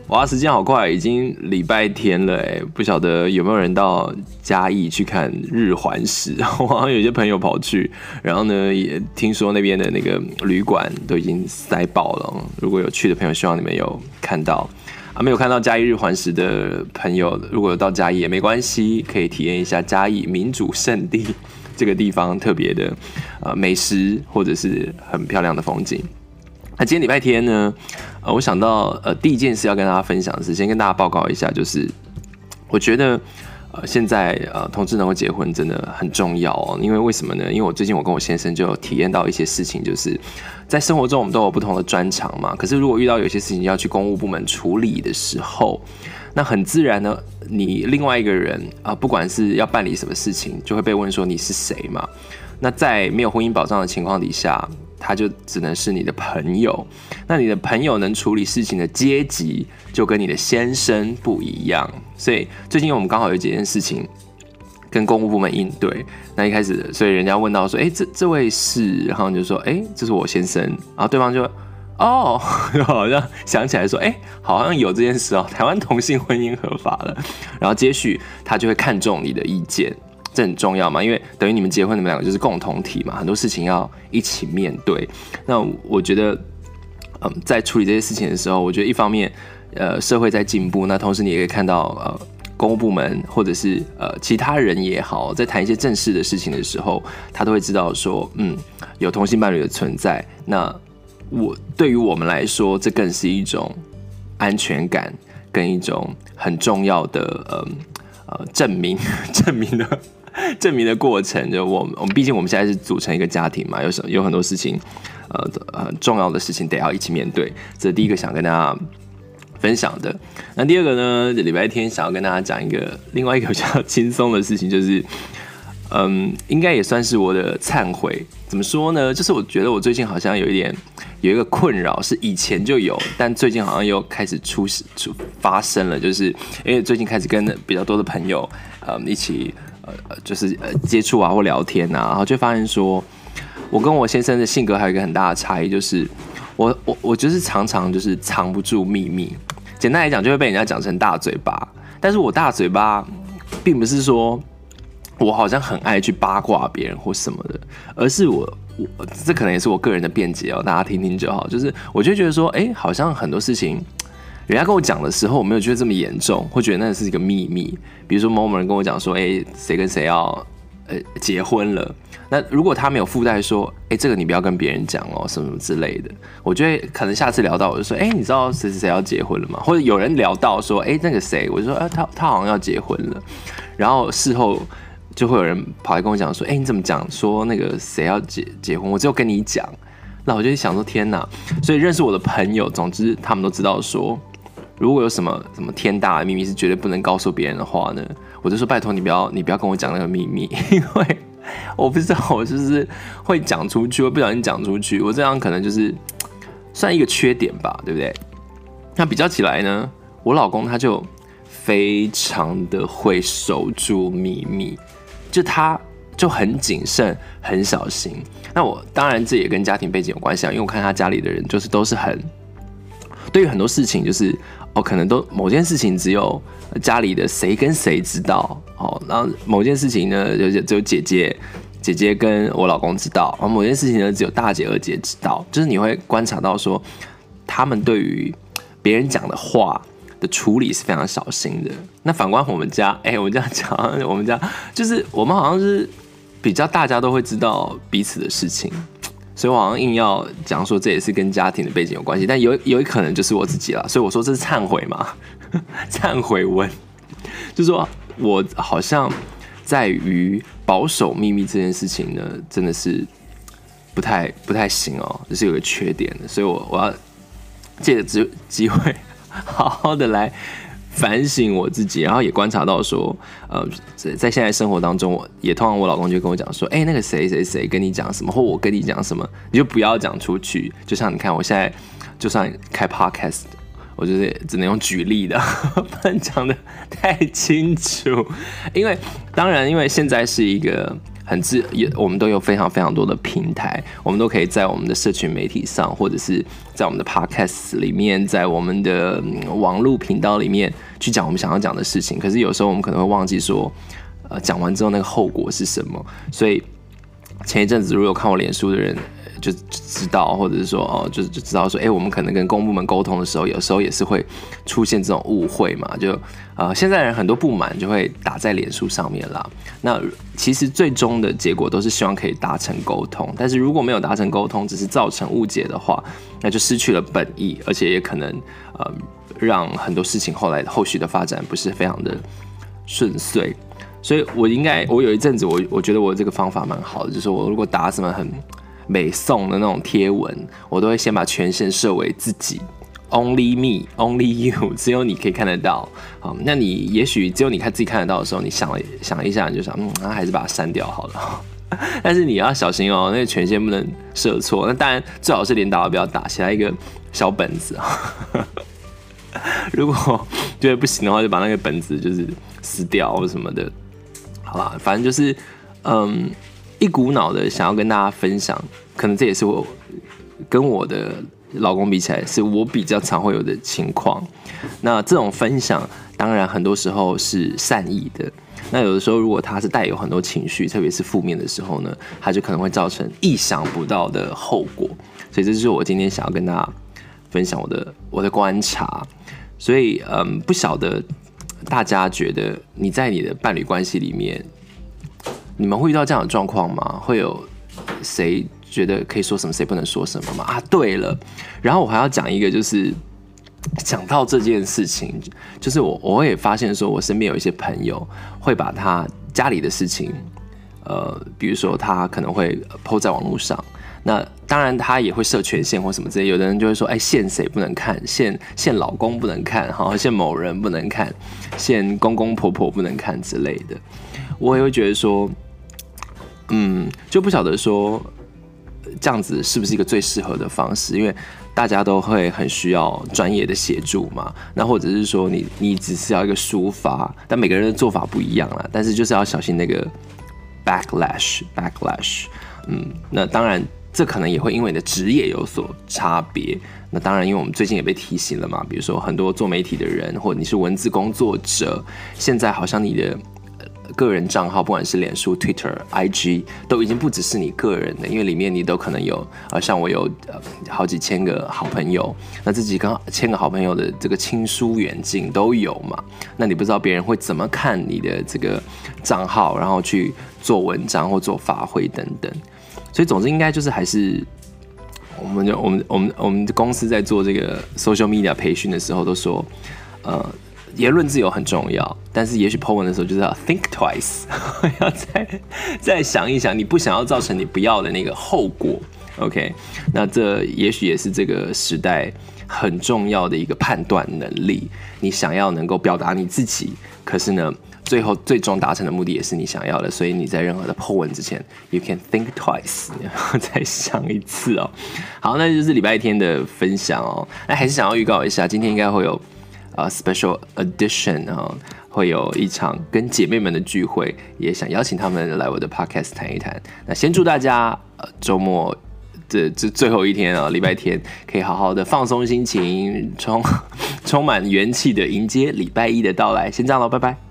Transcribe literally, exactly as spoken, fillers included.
哇，时间好快，已经礼拜天了哎，不晓得有没有人到嘉义去看日环食？我好像有些朋友跑去，然后呢，也听说那边的那个旅馆都已经塞爆了。如果有去的朋友，希望你们有看到啊，没有看到嘉义日环食的朋友，如果有到嘉义也没关系，可以体验一下嘉义民主圣地这个地方特别的呃美食，或者是很漂亮的风景。那今天礼拜天呢，呃，我想到呃第一件事要跟大家分享的是，先跟大家报告一下，就是我觉得呃现在呃同志能够结婚真的很重要哦，因为为什么呢？因为我最近我跟我先生就有体验到一些事情，就是在生活中我们都有不同的专长嘛，可是如果遇到有些事情要去公务部门处理的时候，那很自然呢，你另外一个人啊、呃，不管是要办理什么事情，就会被问说你是谁嘛。那在没有婚姻保障的情况底下，他就只能是你的朋友。那你的朋友能处理事情的阶级就跟你的先生不一样。所以最近我们刚好有几件事情跟公务部门应对。那一开始，所以人家问到说：“哎、欸，这这位是？”然后你就说：“哎、欸，这是我先生。”然后对方就哦，好像想起来说：“哎、欸，好像有这件事哦，台湾同性婚姻合法了。”然后接续他就会看重你的意见。这很重要嘛，因为等于你们结婚，你们两个就是共同体嘛，很多事情要一起面对。那我觉得，嗯，在处理这些事情的时候，我觉得一方面，呃，社会在进步，那同时你也可以看到，呃，公务部门或者是呃其他人也好，在谈一些正式的事情的时候，他都会知道说，嗯，有同性伴侣的存在。那我对于我们来说，这更是一种安全感跟一种很重要的，呃呃，证明证明的。证明的过程，就我们我们毕竟我们现在是组成一个家庭嘛，有有很多事情，呃，很重要的事情得要一起面对。这是第一个想跟大家分享的。那第二个呢，礼拜天想要跟大家讲一个另外一个比较轻松的事情，就是嗯，应该也算是我的忏悔。怎么说呢？就是我觉得我最近好像有一点有一个困扰，是以前就有，但最近好像又开始出出发生了，就是因为最近开始跟比较多的朋友，嗯，一起。呃，就是呃接触啊或聊天啊，然后就发现说，我跟我先生的性格还有一个很大的差异，就是我我我就是常常就是藏不住秘密，简单来讲就会被人家讲成大嘴巴，但是我大嘴巴并不是说我好像很爱去八卦别人或什么的，而是我我这可能也是我个人的辩解哦，大家听听就好，就是我就觉得说，哎，好像很多事情。人家跟我讲的时候，我没有觉得这么严重，会觉得那是一个秘密。比如说某某人跟我讲说，哎、欸，谁跟谁要呃结婚了，那如果他没有附带说，哎、欸，这个你不要跟别人讲哦，什么什么之类的，我觉得可能下次聊到我就说，哎、欸，你知道谁谁谁要结婚了吗？或者有人聊到说，哎、欸，那个谁，我就说，哎、啊，他他好像要结婚了，然后事后就会有人跑来跟我讲说，哎、欸，你怎么讲说那个谁要结结婚？我只有跟你讲，那我就想说，天哪！所以认识我的朋友，总之他们都知道说。如果有什么什么天大的秘密是绝对不能告诉别人的话呢，我就说拜托你不要你不要跟我讲那个秘密，因为我不知道我就是会讲出去，会不小心讲出去，我这样可能就是算一个缺点吧，对不对？那比较起来呢，我老公他就非常的会守住秘密，就他就很谨慎很小心。那我当然这也跟家庭背景有关系啊，因为我看他家里的人就是都是很对于很多事情就是哦，可能都某件事情只有家里的谁跟谁知道哦，然后某件事情呢，就只有姐姐、姐姐跟我老公知道，然后某件事情呢，只有大姐、二姐知道。就是你会观察到说，他们对于别人讲的话的处理是非常小心的。那反观我们家，哎、欸，我们这样讲，我们家就是我们好像是比较大家都会知道彼此的事情。所以我好像硬要讲说这也是跟家庭的背景有关系，但有有可能就是我自己啦。所以我说这是忏悔嘛，忏悔文，就是说我好像在于保守秘密这件事情呢，真的是不太不太行哦，这是有个缺点的。所以我我要借着机会好好的来反省我自己，然后也观察到说，呃，在现在生活当中，我也通常我老公就跟我讲说，哎、欸，那个谁谁谁跟你讲什么，或我跟你讲什么，你就不要讲出去。就像你看，我现在就算开 podcast， 我就是只能用举例的，不能讲的太清楚，因为当然，因为现在是一个很自也，我们都有非常非常多的平台，我们都可以在我们的社群媒体上，或者是在我们的 podcast 里面，在我们的、嗯、网络频道里面去讲我们想要讲的事情。可是有时候我们可能会忘记说，呃，讲完之后那个后果是什么。所以前一阵子如果有看我脸书的人就知道，或者是说哦，就就知道说，哎，我们可能跟公部门沟通的时候，有时候也是会出现这种误会嘛，就呃，现在人很多不满就会打在脸书上面啦。那其实最终的结果都是希望可以达成沟通，但是如果没有达成沟通，只是造成误解的话，那就失去了本意，而且也可能呃让很多事情后来后续的发展不是非常的顺遂。所以我应该，我有一阵子我我觉得我这个方法蛮好的，就是我如果打什么很美颂的那种贴文，我都会先把权限设为自己 ，only me, only you， 只有你可以看得到。好，那你也许只有你看自己看得到的时候，你想了想一下，你就想，嗯，那还是把它删掉好了。但是你要小心哦，那个权限不能设错。那当然最好是连打都不要打，写在一个小本子啊。如果觉得不行的话，就把那个本子就是撕掉或什么的。好吧，反正就是，嗯。一股脑的想要跟大家分享，可能这也是我跟我的老公比起来，是我比较常会有的情况。那这种分享，当然很多时候是善意的。那有的时候，如果他是带有很多情绪，特别是负面的时候呢，他就可能会造成意想不到的后果。所以这就是我今天想要跟大家分享我的我的观察。所以，嗯，不晓得大家觉得你在你的伴侣关系里面，你们会遇到这样的状况吗？会有谁觉得可以说什么，谁不能说什么吗？啊，对了，然后我还要讲一个，就是讲到这件事情，就是我我也发现说，我身边有一些朋友会把他家里的事情，呃，比如说他可能会 po 在网络上，那当然他也会设权限或什么之类，有的人就会说，哎，限谁不能看，限限老公不能看，好，限某人不能看，限公公婆婆不能看之类的，我也会觉得说。嗯，就不晓得说这样子是不是一个最适合的方式，因为大家都会很需要专业的协助嘛。那或者是说你你只是要一个抒发，但每个人的做法不一样啦。但是就是要小心那个 backlash backlash。嗯，那当然这可能也会因为你的职业有所差别。那当然，因为我们最近也被提醒了嘛，比如说很多做媒体的人，或者你是文字工作者，现在好像你的。个人账号，不管是脸书、Twitter、I G， 都已经不只是你个人的，因为里面你都可能有，呃，像我有呃好几千个好朋友，那这几个千个好朋友的这个亲疏远近都有嘛，那你不知道别人会怎么看你的这个账号，然后去做文章或做发挥等等，所以总之应该就是还是。我们就我们我们我们公司在做这个 social media 培训的时候，都说，呃。言论自由很重要，但是也许 po 文的时候就是要 think twice， 要再再想一想，你不想要造成你不要的那个后果。OK， 那这也许也是这个时代很重要的一个判断能力。你想要能够表达你自己，可是呢，最后最终达成的目的也是你想要的，所以你在任何的 po 文之前 ，you can think twice， 你要再想一次哦。好，那就是礼拜天的分享哦。那还是想要预告一下，今天应该会有。Uh, special edition 啊、哦，会有一场跟姐妹们的聚会，也想邀请他们来我的 podcast 谈一谈。那先祝大家呃周末这这最后一天啊、哦，礼拜天可以好好的放松心情，充充满元气的迎接礼拜一的到来。先这样咯，拜拜。